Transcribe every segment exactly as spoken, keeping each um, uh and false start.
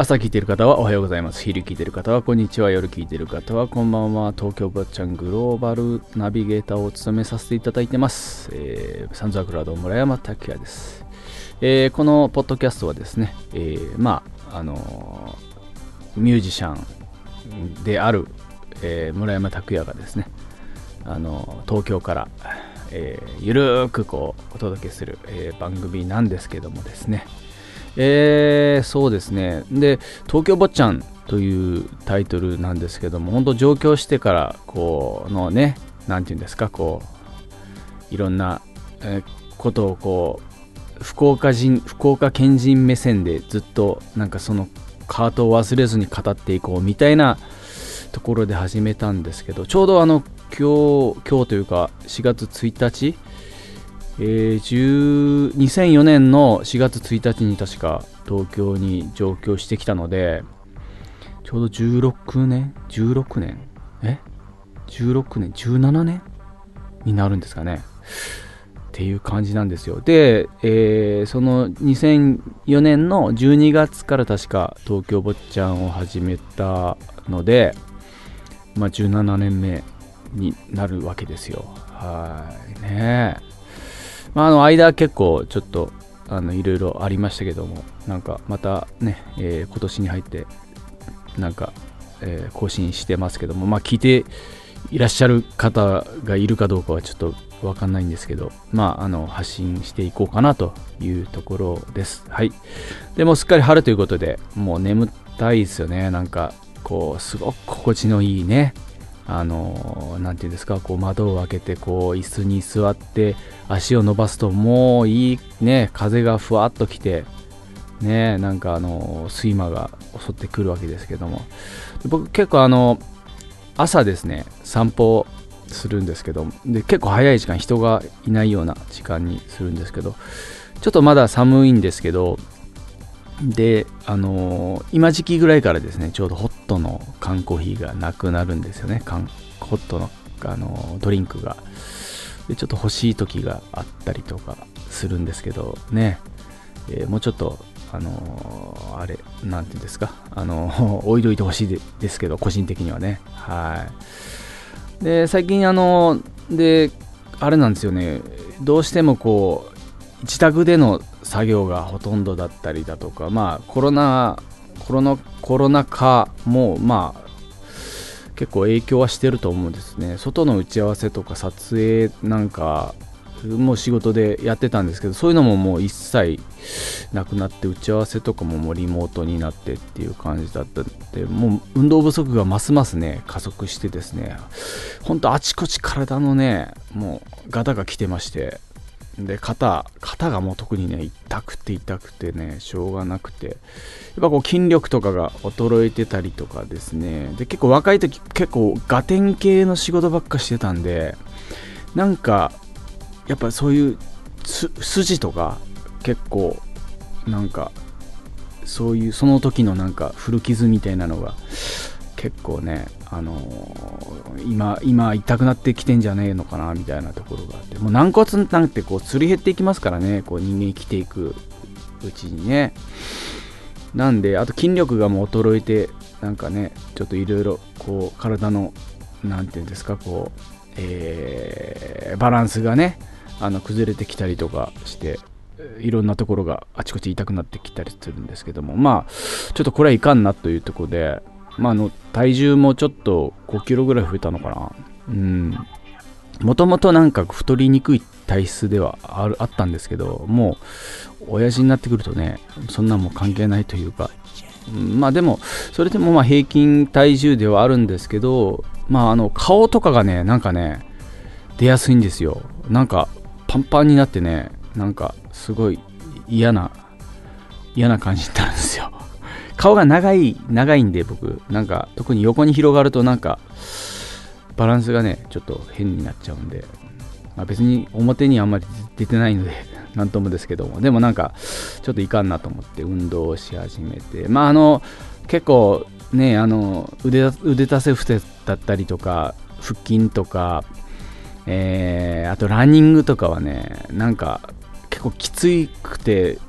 朝聞いている方はおはようございます。昼聞いている方はこんにちは。夜聞いている方はこんばんは。東京坊ちゃんグローバルナビゲーターを務めさせていただいてます。えー、サンズアクラウド村山拓也です。えー、このポッドキャストはですね、えー、まああのー、ミュージシャンである、えー、村山拓也がですね、あのー、東京から、えー、ゆるーくこうお届けする、えー、番組なんですけどもですね。えー、そうですね。で、東京坊ちゃんというタイトルなんですけども、本当上京してからこうのね、なんていうんですか、こういろんな、えー、ことをこう福岡人、福岡県人目線でずっとなんかそのカートを忘れずに語っていこうみたいなところで始めたんですけど、ちょうどあの今日今日というかしがつついたち。えー、にせんよねんのしがつついたちに確か東京に上京してきたので、ちょうどじゅうろくねんじゅうろくねんえじゅうろくねんじゅうななねんになるんですかねっていう感じなんですよ。で、えー、そのにせんよねんのじゅうにがつから確か東京坊ちゃんを始めたので、まあじゅうななねんめになるわけですよ。はいねえ。まあ、あの間結構ちょっとあのいろいろありましたけども、なんかまたね、えー、今年に入ってなんか、えー、更新してますけども、まあ聞いていらっしゃる方がいるかどうかはちょっとわかんないんですけど、まああの発信していこうかなというところです。はい。でもすっかり春ということで、もう眠たいですよね。なんかこうすごく心地のいいね。あのなんていうんですか、こう窓を開けてこう椅子に座って足を伸ばすともういいね、風がふわっと来てね、なんかあの睡魔が襲ってくるわけですけども、僕結構あの朝ですね散歩するんですけど、で結構早い時間、人がいないような時間にするんですけど、ちょっとまだ寒いんですけど、であのー、今時期ぐらいからですね、ちょうどホットの缶コーヒーがなくなるんですよね。缶ホットの、あのー、ドリンクがでちょっと欲しい時があったりとかするんですけどね、えー、もうちょっとあのー、あれなんていうんですか、あのー、置いといてほしいでですけど、個人的にはね。はいで最近あのー、であれなんですよね、どうしてもこう自宅での作業がほとんどだったりだとか、まあコロナコロナコロナ禍もまあ結構影響はしてると思うんですね。外の打ち合わせとか撮影なんかもう仕事でやってたんですけど、そういうのももう一切なくなって、打ち合わせとかももうリモートになってっていう感じだったんで、もう運動不足がますますね加速してですね、ほんとあちこち体のねもうガタが来てまして、で肩肩がもう特にね痛くて痛くてねしょうがなくて、やっぱこう筋力とかが衰えてたりとかですね、で結構若い時結構ガテン系の仕事ばっかしてたんで、なんかやっぱそういう筋とか結構なんかそういうその時のなんか古傷みたいなのが結構ね、あのー、今今痛くなってきてんじゃねえのかなみたいなところがあって、もう軟骨なんてこうすり減っていきますからね、こう人間生きていくうちにね。なんであと筋力がもう衰えて、なんかねちょっといろいろこう体のなんていうんですか、こう、えー、バランスがねあの崩れてきたりとかして、いろんなところがあちこち痛くなってきたりするんですけども、まあちょっとこれはいかんなというところで、まあ、あの体重もちょっとごキロぐらい増えたのかな。うんもともとなんか太りにくい体質ではあるあったんですけど、もう親父になってくるとねそんなもん関係ないというか、うん、まあでもそれでもまあ平均体重ではあるんですけど、まああの顔とかがねなんかね出やすいんですよ。なんかパンパンになってね、なんかすごい嫌な嫌な感じになるんですよ。顔が長い長いんで、僕なんか特に横に広がるとなんかバランスがねちょっと変になっちゃうんで、まあ、別に表にあんまり出てないのでなんともですけども、でもなんかちょっといかんなと思って運動をし始めて、まああの結構ねあの 腕, 腕立て伏せだったりとか腹筋とか、えー、あとランニングとかはねなんか結構きつくて、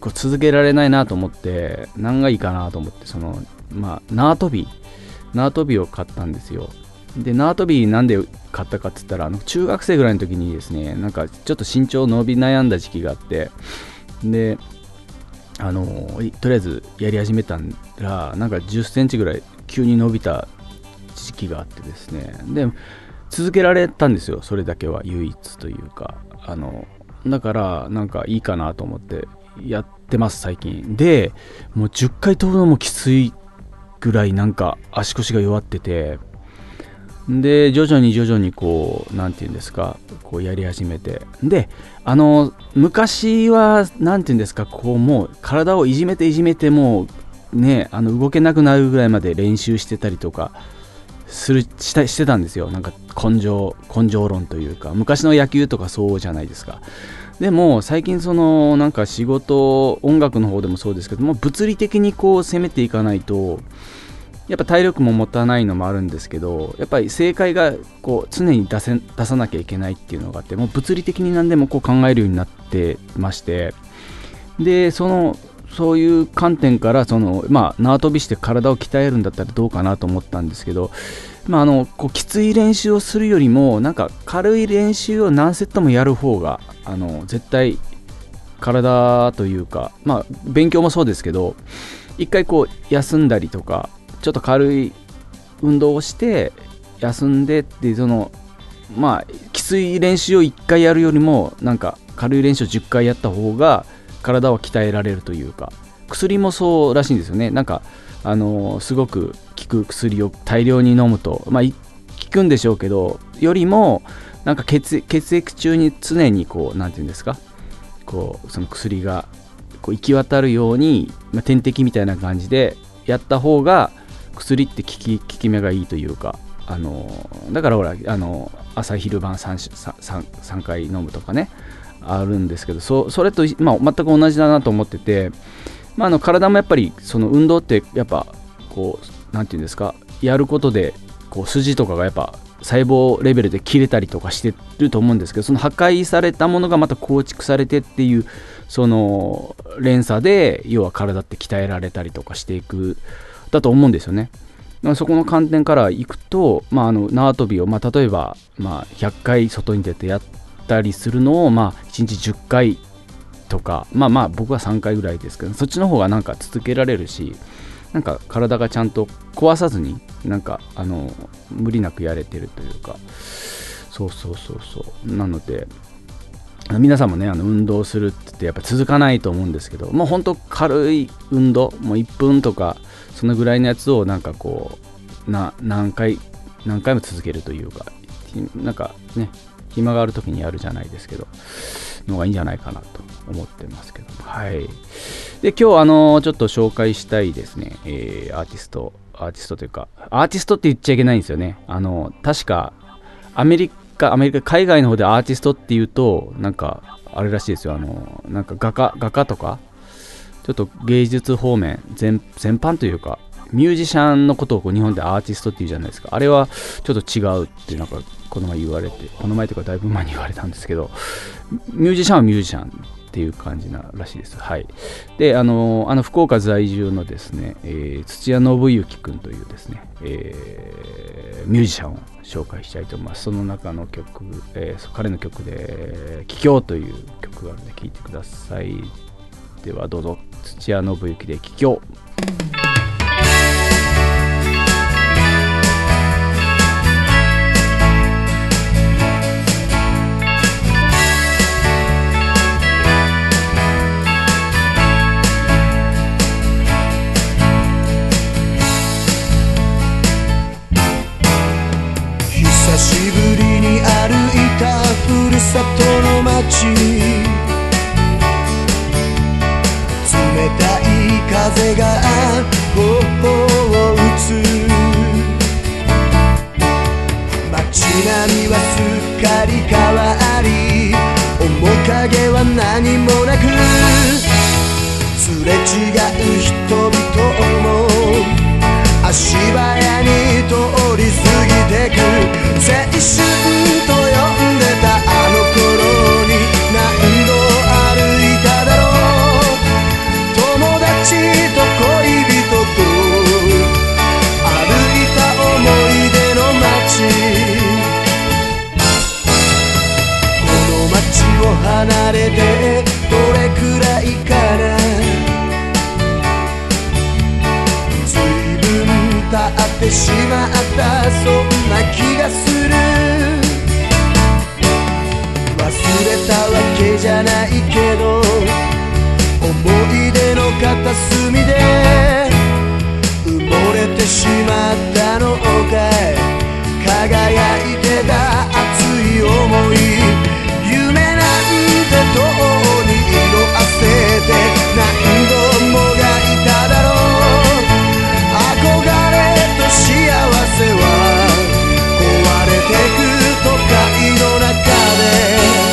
こう続けられないなと思って、何がいいかなと思って、そのまあ縄跳び縄跳びを買ったんですよ。で縄跳びなんで買ったかって言ったら、あの中学生ぐらいの時にですね、なんかちょっと身長伸び悩んだ時期があって、であのとりあえずやり始めたら、なんかじゅっセンチぐらい急に伸びた時期があってですね、で続けられたんですよ。それだけは唯一というか、あのだからなんかいいかなと思ってやってます最近。でもうじゅっかい飛ぶのもきついぐらいなんか足腰が弱ってて、で徐々に徐々にこうなんていうんですか、こうやり始めて、であの昔はなんていうんですか、こうもう体をいじめていじめてもうね、あの動けなくなるぐらいまで練習してたりとかするしたしてたんですよ。なんか根性根性論というか、昔の野球とかそうじゃないですか。でも最近そのなんか仕事、音楽の方でもそうですけども、物理的にこう攻めていかないとやっぱ体力も持たないのもあるんですけど、やっぱり正解がこう常に出せ出さなきゃいけないっていうのがあって、もう物理的に何でもこう考えるようになってまして、でそのそういう観点からその、まあ、縄跳びして体を鍛えるんだったらどうかなと思ったんですけど、まあ、あのこうきつい練習をするよりもなんか軽い練習を何セットもやる方があの絶対体というか、まあ、勉強もそうですけど、一回こう休んだりとかちょっと軽い運動をして休んでっていう、そのまあきつい練習をいっかいやるよりもなんか軽い練習をじゅっかいやった方が体は鍛えられるというか、薬もそうらしいんですよね。なんかあのー、すごく効く薬を大量に飲むと、まあ効くんでしょうけど、よりもなんか 血, 血液中に常にこうなんていうんですか、こうその薬がこう行き渡るように、まあ、点滴みたいな感じでやった方が薬って効き効き目がいいというか、あのー、だからほらあのー、朝昼晩 3, 3, 3回飲むとかねあるんですけど、 そ, それと、まあ、全く同じだなと思ってて、まあ、あの体もやっぱりその運動ってやっぱこうなんていうんですか、やることでこう筋とかがやっぱ細胞レベルで切れたりとかしてると思うんですけど、その破壊されたものがまた構築されてっていうその連鎖で要は体って鍛えられたりとかしていくだと思うんですよね。そこの観点からいくと、まあ、あの縄跳びを、まあ、例えば、まあ、ひゃっかい外に出てやったりするのを、まあ、いちにちじゅっかいとか、まあまあ僕はさんかいぐらいですけど、そっちの方がなんか続けられるし、なんか体がちゃんと壊さずになんかあの無理なくやれてるというか、そうそうそうそう、なので皆さんもね、あの運動するって言ってやっぱ続かないと思うんですけど、もうほんと軽い運動、もういっぷんとかそのぐらいのやつをなんかこうな何回何回も続けるというか、なんかね暇がある時にやるじゃないですけどのがいいんじゃないかなと思ってますけども、はい。で今日あのちょっと紹介したいですね、えー、アーティストアーティストというかアーティストって言っちゃいけないんですよね。あの確かアメリカアメリカ海外の方でアーティストっていうとなんかあれらしいですよ、あのなんか画家画家とかちょっと芸術方面 全, 全般というかミュージシャンのことをこう日本でアーティストっていうじゃないですか。あれはちょっと違うってなんかこの前言われて、この前というかだいぶ前に言われたんですけど、ミュージシャンはミュージシャンっていう感じならしいです。はい。で、あのあの福岡在住のですね、えー、土屋信之くんというですね、えー、ミュージシャンを紹介したいと思います。その中の曲、えー、彼の曲で「帰郷」という曲があるので聴いてください。ではどうぞ。土屋信之で「帰郷」。 久しぶりに歩いたふるさとの街、冷たい風が頬を打つ、街並みはすっかり変わり、面影は何もなく、すれ違う人々も足早に通り過ぎてく、青春と呼んでたあの頃に何度歩いただろう、 離れてどれくらいかな。ずいぶん経ってしまった、そんな気がする。忘れたわけじゃないけど、思い出の片隅で埋もれてしまったのかい。輝いてた熱い想い、夢なんてとうに色あせて何度もがいただろう。憧れと幸せは壊れてく都会の中で。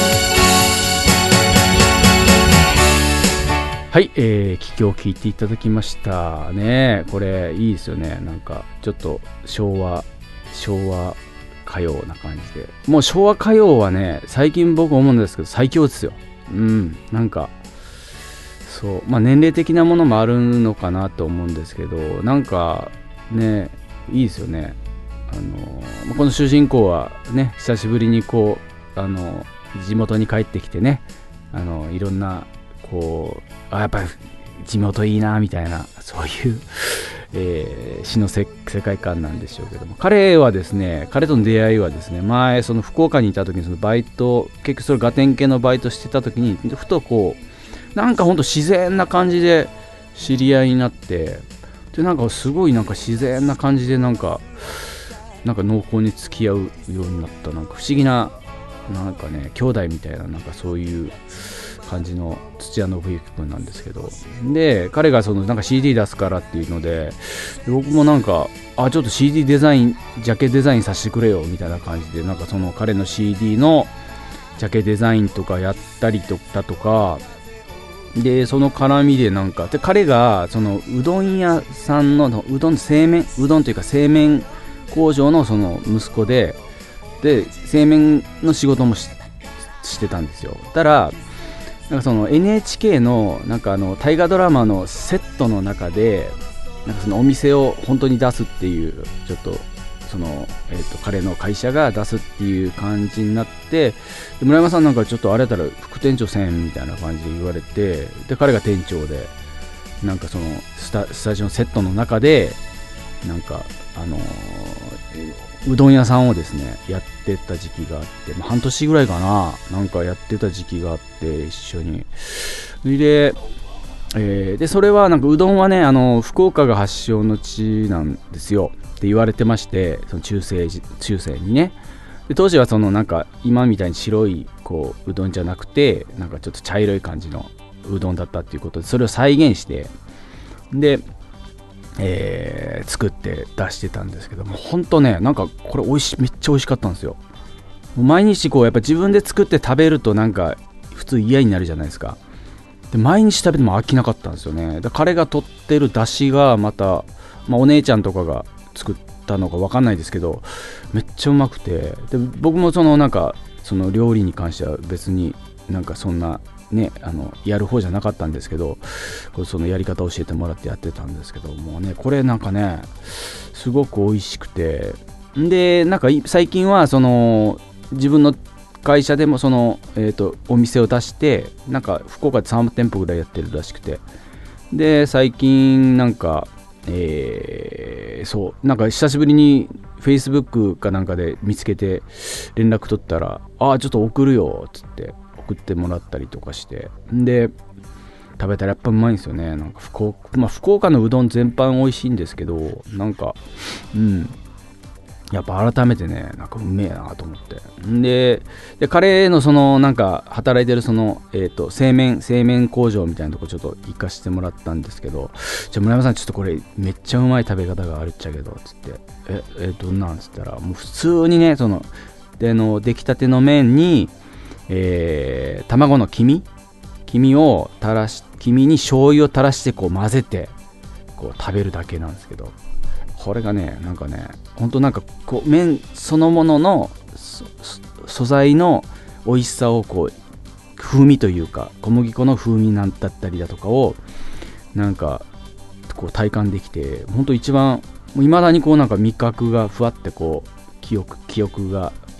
はい、えー、聞きを聞いていただきましたね。これいいですよね。なんかちょっと昭和昭和歌謡な感じで、もう昭和歌謡はね、最近僕思うんですけど最強ですよ。うん、なんかそう、まあ年齢的なものもあるのかなと思うんですけど、なんかね、いいですよね。あのこの主人公はね、久しぶりにこうあの地元に帰ってきてね、あのいろんなこう、あ、やっぱり地元いいなみたいな、そういう、えー、詩の世界観なんでしょうけども、彼はですね、彼との出会いはですね、前その福岡にいた時にそのバイト、結局それガテン系のバイトしてた時にふとこうなんかほんと自然な感じで知り合いになって、でなんかすごいなんか自然な感じでなんかなんか濃厚に付き合うようになった、なんか不思議な、なんかね、兄弟みたいな、なんかそういう感じの土屋信之君なんですけど、で彼がそのなんか シーディー 出すからっていうので、僕もなんかあちょっと シーディー デザインジャケデザインさせてくれよみたいな感じで、なんかその彼の シーディー のジャケデザインとかやったりとかとかで、その絡みでなんかで、彼がそのうどん屋さんのうどん製麺うどんというか製麺工場のその息子で、で製麺の仕事も し, してたんですよ。たらなんかその エヌエイチケー のなんかあの大河ドラマのセットの中でなんかそのお店を本当に出すっていう、ちょっとその、えー、と彼の会社が出すっていう感じになって、で村山さんなんかちょっとあれやったら副店長せんみたいな感じで言われて、で彼が店長でなんかそのス タ, スタジオのセットの中でなんかあのーうどん屋さんをですねやってた時期があって、まあ、半年ぐらいかな、なんかやってた時期があって、一緒にで、えー、でそれはなんかうどんはね、あの福岡が発祥の地なんですよって言われてまして、その中世中世にね、で当時はそのなんか今みたいに白いこううどんじゃなくて、なんかちょっと茶色い感じのうどんだったっていうことで、それを再現してでえー、作って出してたんですけども、ほんとね、なんかこれ美味しい、めっちゃ美味しかったんですよ。もう毎日こうやっぱ自分で作って食べるとなんか普通嫌になるじゃないですか。で毎日食べても飽きなかったんですよね。で彼が取ってる出汁がまた、まあ、お姉ちゃんとかが作ったのか分かんないですけど、めっちゃうまくて、で僕もそのなんかその料理に関しては別になんかそんなね、あのやる方じゃなかったんですけど、そのやり方を教えてもらってやってたんですけどもね、これなんかねすごく美味しくて、でなんか最近はその自分の会社でもその、えーと、お店を出して、なんか福岡でさん店舗ぐらいやってるらしくて、で最近なんか、えー、そうなんか久しぶりに Facebook かなんかで見つけて連絡取ったら、ああちょっと送るよっつって送ってもらったりとかして、で食べたらやっぱうまいんですよね。なんか福岡、まあ、福岡のうどん全般美味しいんですけど、なんかうんやっぱ改めてね、なんかうめえなと思って、でで彼のそのなんか働いてるその、えーと、製麺製麺工場みたいなとこちょっと行かしてもらったんですけど、じゃあ村山さんちょっとこれめっちゃうまい食べ方があるっちゃけどつって、ええどんなんつったら、もう普通にね、そのでの出来たての麺に、えー、卵の黄身黄身を垂らし黄身に醤油を垂らしてこう混ぜてこう食べるだけなんですけど、これがね、なんかね、ほんとなんかこう麺そのものの素材の美味しさをこう風味というか小麦粉の風味なんだったりだとかをなんかこう体感できて、ほんと一番いまだにこうなんか味覚がふわってこう記憶記憶が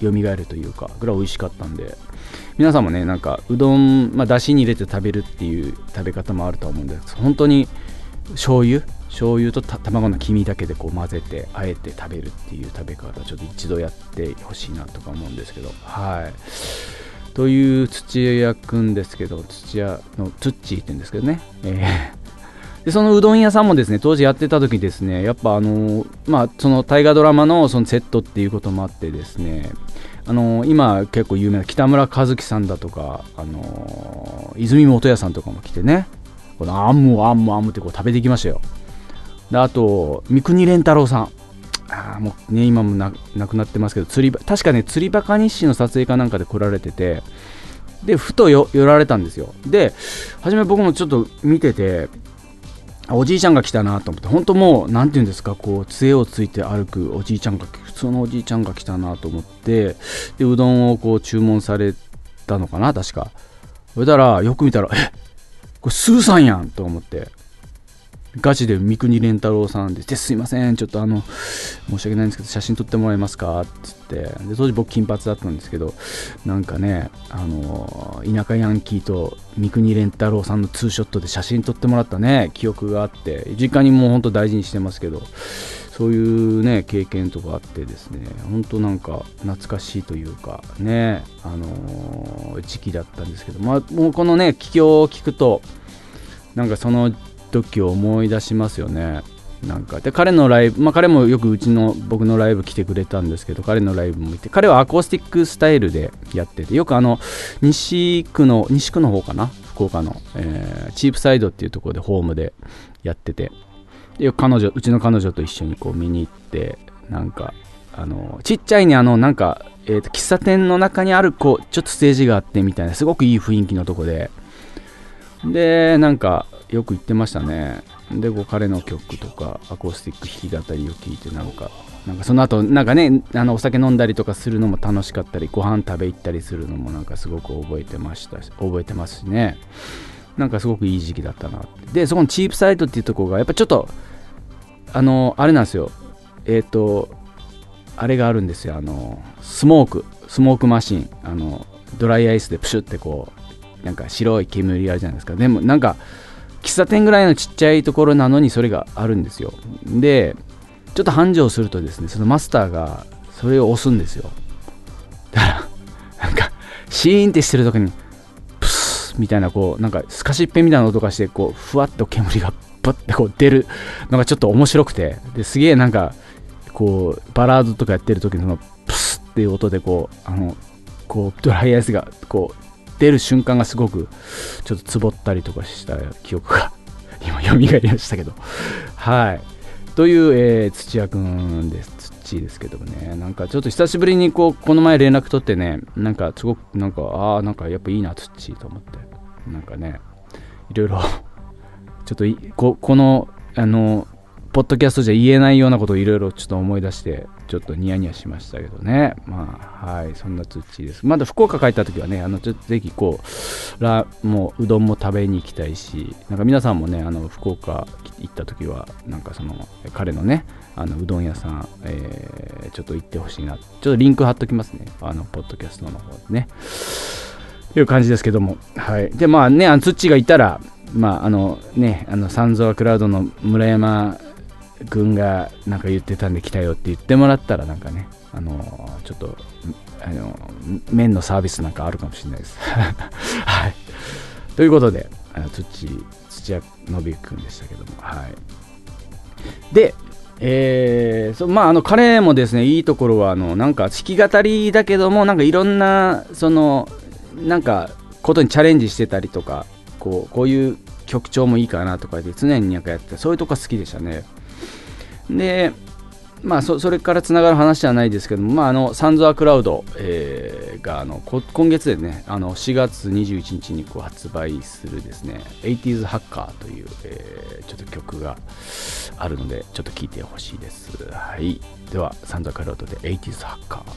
蘇るというかぐらい美味しかったんで、皆さんもねなんかうどん、まあ、だしに入れて食べるっていう食べ方もあると思うんで、本当に醤油醤油と卵の黄身だけでこう混ぜてあえて食べるっていう食べ方、ちょっと一度やってほしいなとか思うんですけど、はいという土屋くんですけど、土屋のツッチーって言うんですけどね、えー、でそのうどん屋さんもですね当時やってた時ですね、やっぱあのまあその大河ドラマのそのセットっていうこともあってですね、あの今結構有名な北村一輝さんだとか、あの泉元屋さんとかも来てね、このあんむあんむあんむってこう食べてきましたよ。であと三國連太郎さん、あもうね今も な, 亡くなってますけど、釣り確かね釣りバカ日誌の撮影かなんかで来られてて、でふとよ寄られたんですよ。で初め僕もちょっと見てて、おじいちゃんが来たなと思って、本当もうなんていうんですか、こう杖をついて歩くおじいちゃんが、普通のおじいちゃんが来たなと思って、でうどんをこう注文されたのかな確か。それたらよく見たら、えこれスーさんやんと思って、ガチで三國連太郎さんで、ですいませんちょっとあの申し訳ないんですけど写真撮ってもらえますかって言って、で当時僕金髪だったんですけど、なんかねあの田舎ヤンキーと三國連太郎さんのツーショットで写真撮ってもらったね記憶があって、実家にもう本当大事にしてますけど、そういうね経験とかあってですね、本当なんか懐かしいというかね、あのー、時期だったんですけど、まあもうこのね帰郷を聞くとなんかその時を思い出しますよね。なんかで彼のライブ、まあ彼もよくうちの僕のライブ来てくれたんですけど、彼のライブもいて、彼はアコースティックスタイルでやってて、よくあの西区の西区の方かな、福岡の、えー、チープサイドっていうところでホームでやってて、よく彼女うちの彼女と一緒にこう見に行って、なんかあのちっちゃいねあのなんか、えーと喫茶店の中にあるこうちょっとステージがあってみたいな、すごくいい雰囲気のとこで、でなんかよく言ってましたね。でこう彼の曲とかアコースティック弾き語りを聴いて、なんかなんかその後なんかねあのお酒飲んだりとかするのも楽しかったり、ご飯食べ行ったりするのもなんかすごく覚えてましたし、覚えてますしね、なんかすごくいい時期だったなって。でそこのチープサイドっていうところがやっぱちょっとあのあれなんですよ、えっとあれがあるんですよ、あのスモークスモークマシン、あのドライアイスでプシュってこうなんか白い煙あるじゃないですか。でもなんか喫茶店ぐらいのちっちゃいところなのにそれがあるんですよ。でちょっと繁盛するとですね、そのマスターがそれを押すんですよ。だからなんかシーンってしてる時にプスみたいな、こうなんかスカシッペみたいな音がして、こうふわっと煙がバッてこう出るのがちょっと面白くて、ですげえなんかこうバラードとかやってる時のプスっていう音でこうあのこうドライアイスがこう出る瞬間がすごくちょっとつぼったりとかした記憶が今蘇りましたけど、はいという、えー、土屋くんです。土ですけどね、なんかちょっと久しぶりにこうこの前連絡取ってね、なんかすごくなんかああなんかやっぱいいな土と思って、なんかねいろいろちょっとい こ, このあのポッドキャストじゃ言えないようなことをいろいろちょっと思い出してちょっとニヤニヤしましたけどね。まあはいそんなツッチーです。まだ福岡帰った時はね、あのちょっとぜひこうラもううどんも食べに行きたいし、なんか皆さんもねあの福岡行った時はなんかその彼のねあのうどん屋さん、えー、ちょっと行ってほしいな。ちょっとリンク貼っときますね、あのポッドキャストの方でねという感じですけども、はいでまあねあのツッチーがいたらまああのねあのサンゾアクラウドの村山君がなんか言ってたんで来たよって言ってもらったらなんかねあのー、ちょっとあの麺のサービスなんかあるかもしれないですはいということであの土土屋信之君でしたけども、はいでえー、そまああの彼もですねいいところはあのなんか弾き語りだけどもなんかいろんなそのなんかことにチャレンジしてたりとか、こうこういう曲調もいいかなとかで常になんかやって、そういうとこが好きでしたね。でまあ そ, それからつながる話じゃないですけども、まあ、あのサンズ・ア・クラウド、えー、があのこ今月でねあのしがつにじゅういちにちにこう発売するですね エイティーズ ハッカーという、えー、ちょっと曲があるのでちょっと聴いてほしいです。はい、ではサンズ・ア・クラウドで エイティーズ ハッカー。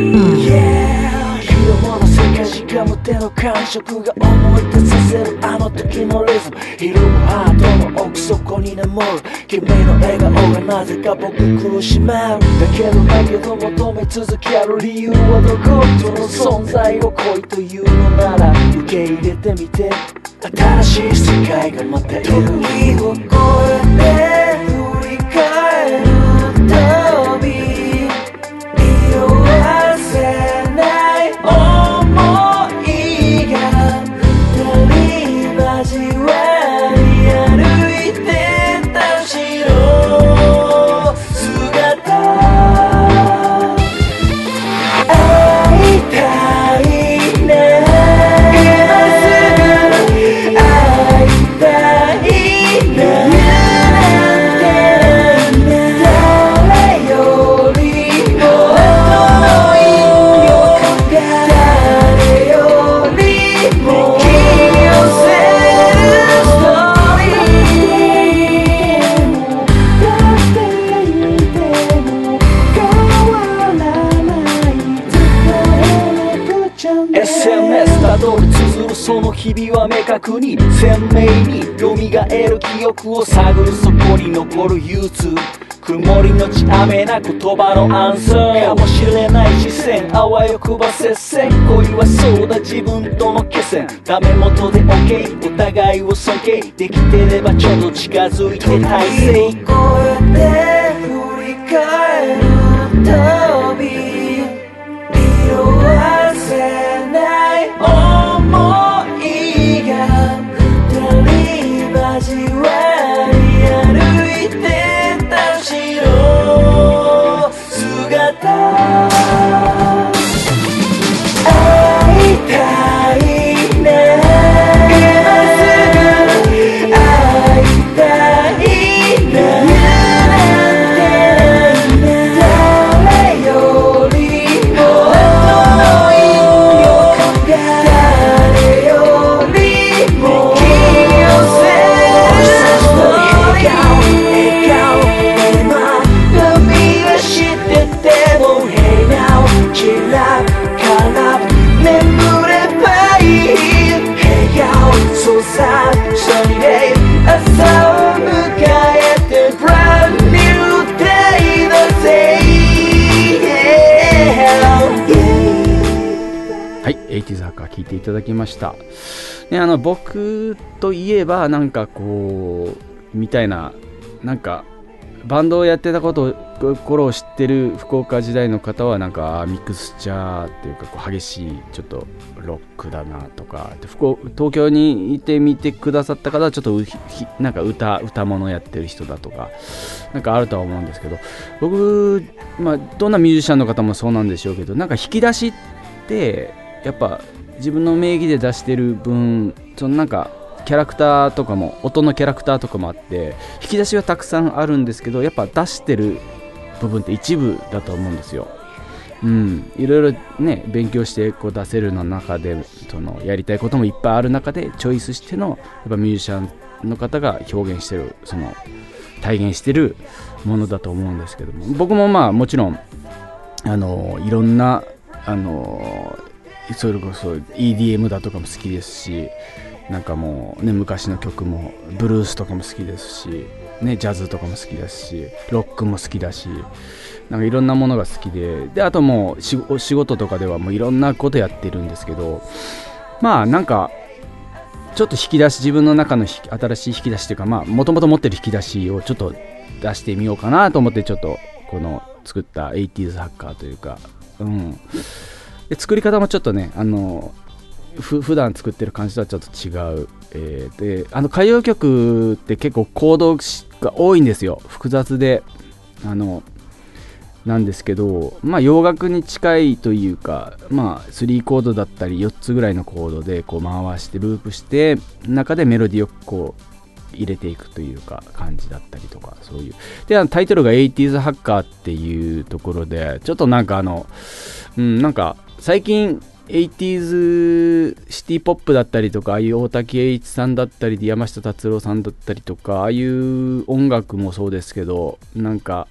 手の感触が思い出させるあの時のリズムひるむハートの奥底に眠る君の笑顔がなぜか僕苦しめるだけどだけど求め続ける理由はどこその存在を恋というのなら受け入れてみて新しい世界が待っている時を越えて振り返るたび色あせない想いが二人交わり歩いてた白姿会いたいね今すぐ会いたいね誰よりも誰よりも引き寄せるストーリーだっていても変わらないずっとなくちゃね エスエヌエス たどり綴るその日々は明確に鮮明に蘇る記憶を探るそこに残る憂鬱曇りのち雨な言葉のアンサーかもしれない視線あわよくば接戦恋はそうだ自分との決戦ダメ元で OK お互いを尊敬できてればちょっと近づいて体勢越えて振り返るたび色あせない想いが二人交わり歩いてた白姿会いたいね今すぐ会いたいね誰よりも誰よりも引き寄せる笑顔笑顔今旅がしてても Hey now 散らから眠ればいい笑顔そうさ Sunny day 朝を迎えて Brand new day だぜはい、エイティーズハッカー聞いていただきました。ね、あの僕といえばなんかこうみたいななんかバンドをやってたこと頃を知ってる福岡時代の方はなんかミックスチャーっていうかこう激しいちょっとロックだなとかで福岡東京にいてみてくださった方はちょっとなんか歌歌物やってる人だとかなんかあるとは思うんですけど僕、まあ、どんなミュージシャンの方もそうなんでしょうけどなんか引き出しってやっぱ自分の名義で出してる分そのなんかキャラクターとかも音のキャラクターとかもあって引き出しはたくさんあるんですけどやっぱ出してる部分って一部だと思うんですよ。うん、いろいろね勉強してこう出せるの中でそのやりたいこともいっぱいある中でチョイスしてのやっぱミュージシャンの方が表現してるその体現してるものだと思うんですけども僕もまあもちろんあのいろんなあのそれこそ イーディーエム だとかも好きですしなんかもうね昔の曲もブルースとかも好きですし、ね、ジャズとかも好きですしロックも好きだしなんかいろんなものが好きでであともうし仕事とかではもういろんなことやってるんですけどまあなんかちょっと引き出し自分の中の新しい引き出しというかまあもともと持ってる引き出しをちょっと出してみようかなと思ってちょっとこの作った エイティーズ ハッカーというか、うん、で作り方もちょっとねあのふ普段作ってる感じとはちょっと違う、えー、であの歌謡曲って結構コードが多いんですよ複雑であのなんですけどまあ洋楽に近いというかまあスリーコードだったりよっつぐらいのコードでこう回してループして中でメロディーをこう入れていくというか感じだったりとかそういうでタイトルが エイティーズ ハッカーっていうところでちょっとなんかあのうんなんか最近エイティーズ シティポップだったりとかああいう大滝栄一さんだったり山下達郎さんだったりとかああいう音楽もそうですけどなんか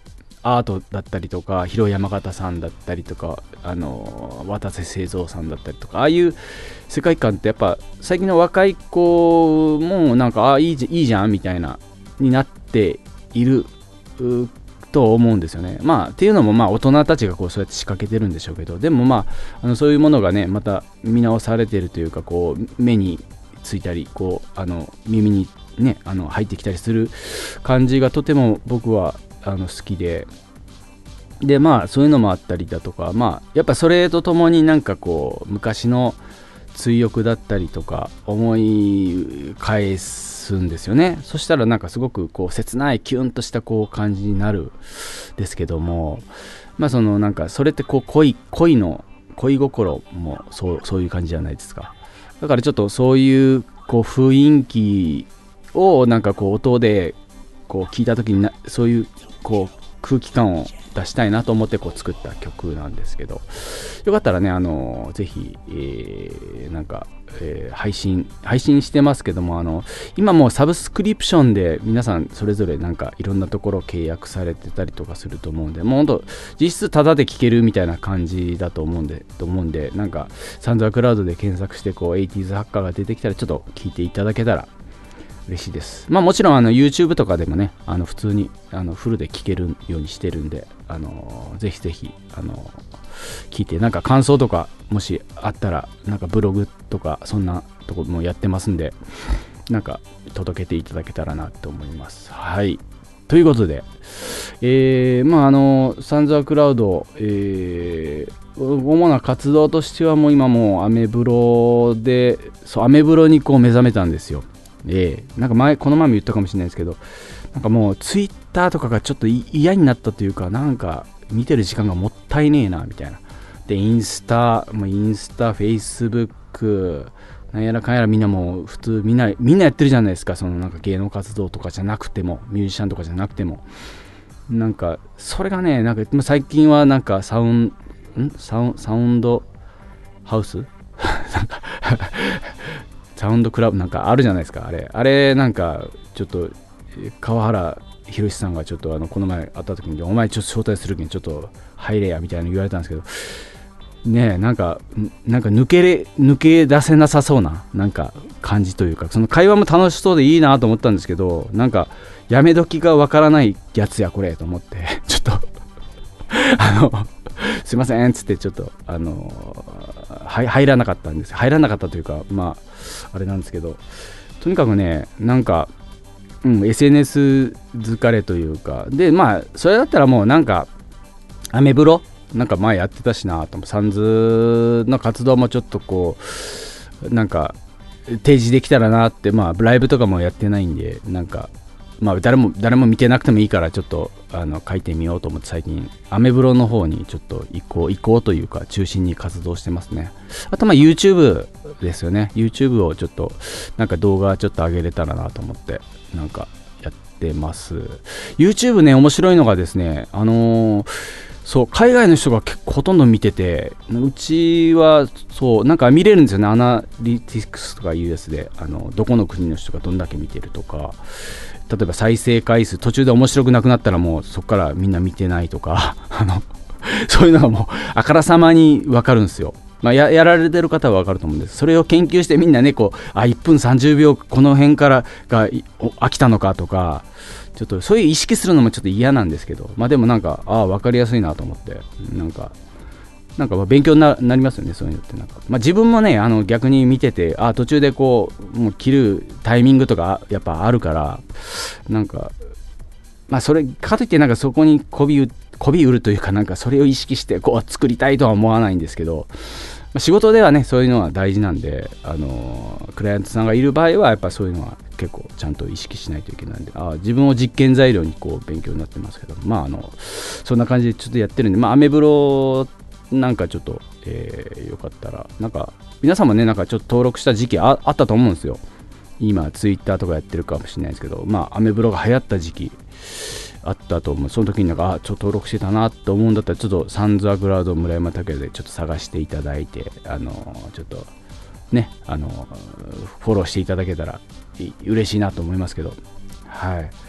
アートだったりとか、広山形さんだったりとか、あの渡瀬製造さんだったりとか、ああいう世界観ってやっぱ最近の若い子もなんかあいいじゃいいじゃんみたいなになっていると思うんですよね。まあっていうのもまあ大人たちがこうそうやって仕掛けてるんでしょうけど、でもまあ、あのそういうものがねまた見直されているというか、こう目についたり、こうあの耳にねあの入ってきたりする感じがとても僕はあの好きで、でまあそういうのもあったりだとか、まあやっぱそれとともになんかこう昔の追憶だったりとか思い返すんですよね。そしたらなんかすごくこう切ないキュンとしたこう感じになるですけども、まあそのなんかそれってこう恋恋の恋心もそうそういう感じじゃないですか。だからちょっとそういうこう雰囲気をなんかこう音でこう聞いた時にな、そういうこう空気感を出したいなと思ってこう作った曲なんですけど、よかったらねあのぜひ、えー、なんか、えー、配信配信してますけども、あの今もうサブスクリプションで皆さんそれぞれなんかいろんなところを契約されてたりとかすると思うんで、もうほんと実質タダで聴けるみたいな感じだと思うんでと思うんでなんかサウンドクラウドで検索してこうエイティーズハッカーが出てきたらちょっと聴いていただけたら嬉しいです。まあもちろんあの YouTube とかでもねあの普通にあのフルで聴けるようにしてるんで、あのぜひぜひあの聞いて、なんか感想とかもしあったらなんかブログとかそんなとこもやってますんで、なんか届けていただけたらなと思います。はい、ということで、えー、まああのサンズアクラウド、えー、主な活動としてはもう今もうアメブロで、そうアメブロにこう目覚めたんですよ。えー、なんか前この前も言ったかもしれないですけど、なんかもうツイッターとかがちょっと嫌になったというか、なんか見てる時間がもったいねえなみたいな。でインスタ、もうインスタ、フェイスブック、なんやらかんやらみんなもう普通みんなみんなやってるじゃないですか。そのなんか芸能活動とかじゃなくても、ミュージシャンとかじゃなくても、なんかそれがね、なんか最近はなんかサウンんサウンサウンドハウスなんかサウンドクラブなんかあるじゃないですか。あれあれなんかちょっと川原宏さんがちょっとあのこの前会った時に、お前ちょっと招待するけんちょっと入れやみたいなの言われたんですけどねえ、なんかなんか抜けれ抜け出せなさそうななんか感じというか、その会話も楽しそうでいいなと思ったんですけど、なんかやめ時がわからないやつやこれと思ってちょっとあのすいませんっつってちょっとあのはい入らなかったんです。入らなかったというか、まああれなんですけど、とにかくねなんか、うん、エスエヌエス 疲れというかで、まあそれだったらもうなんかアメブロなんか前やってたしなと、サンズの活動もちょっとこうなんか提示できたらなって、まあライブとかもやってないんで、なんかまあ誰も誰も見てなくてもいいからちょっとあの書いてみようと思って最近アメブロの方にちょっと移行移行というか中心に活動してますね。あとまあ YouTube ですよね。 YouTube をちょっとなんか動画ちょっと上げれたらなと思ってなんかやってます。 YouTube ね面白いのがですね、あのーそう海外の人が結構ほとんど見てて、うちはそうなんか見れるんですよね。アナリティクスとかいうやつで、あのどこの国の人がどんだけ見てるとか、例えば再生回数途中で面白くなくなったらもうそこからみんな見てないとかあのそういうのがもうあからさまに分かるんですよ。まあ、や, やられてる方は分かると思うんです。それを研究してみんなねこうあいっぷんさんじゅうびょうこの辺からが飽きたのかとか、ちょっとそういう意識するのもちょっと嫌なんですけど、まあでもなんかああ分かりやすいなと思って、なんかなんか勉強に な, なりますよね、そういうのって。なんか、まあ、自分もねあの逆に見ててあ途中でこうもう切るタイミングとかやっぱあるから、なんかまあそれかといってなんかそこに媚びこび売るというか、なんかそれを意識してこう作りたいとは思わないんですけど、まあ、仕事ではねそういうのは大事なんで、あのクライアントさんがいる場合はやっぱそういうのは結構ちゃんと意識しないといけないんで、あ自分を実験材料にこう勉強になってますけど、まああのそんな感じでちょっとやってるんで、まあアメブロなんかちょっと、えー、よかったらなんか皆さんもねなんかちょっと登録した時期 あ, あったと思うんですよ。今ツイッターとかやってるかもしれないですけど、まあアメブロが流行った時期あったと思う。その時になんかあちょっと登録してたなと思うんだったら、ちょっとサンズアクラウド村山拓也でちょっと探していただいて、あのちょっとねあのフォローしていただけたら嬉しいなと思いますけど、はい。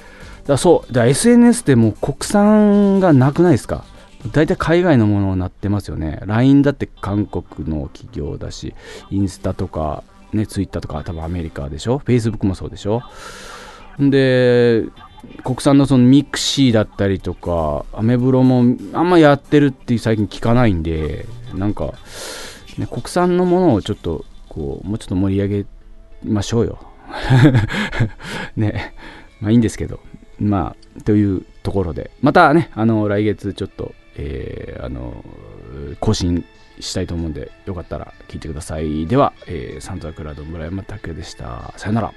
だそうだ エスエヌエス でもう国産がなくないですか。だいたい海外のものになってますよね。 ライン だって韓国の企業だし、インスタとかね、ツイッターとか多分アメリカでしょ、 Facebook もそうでしょ。で国産のそのミクシーだったりとかアメブロもあんまやってるって最近聞かないんで、なんか、ね、国産のものをちょっとこうもうちょっと盛り上げましょうよね、まあいいんですけど、まあというところでまたね、あの来月ちょっと、えー、あの更新したいと思うんで、よかったら聞いてください。では、えー、サンザクラウド村山拓也でした。さよなら。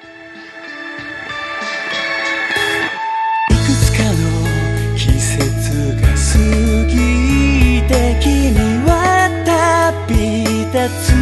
いくつかの季節が過ぎて君は旅立つ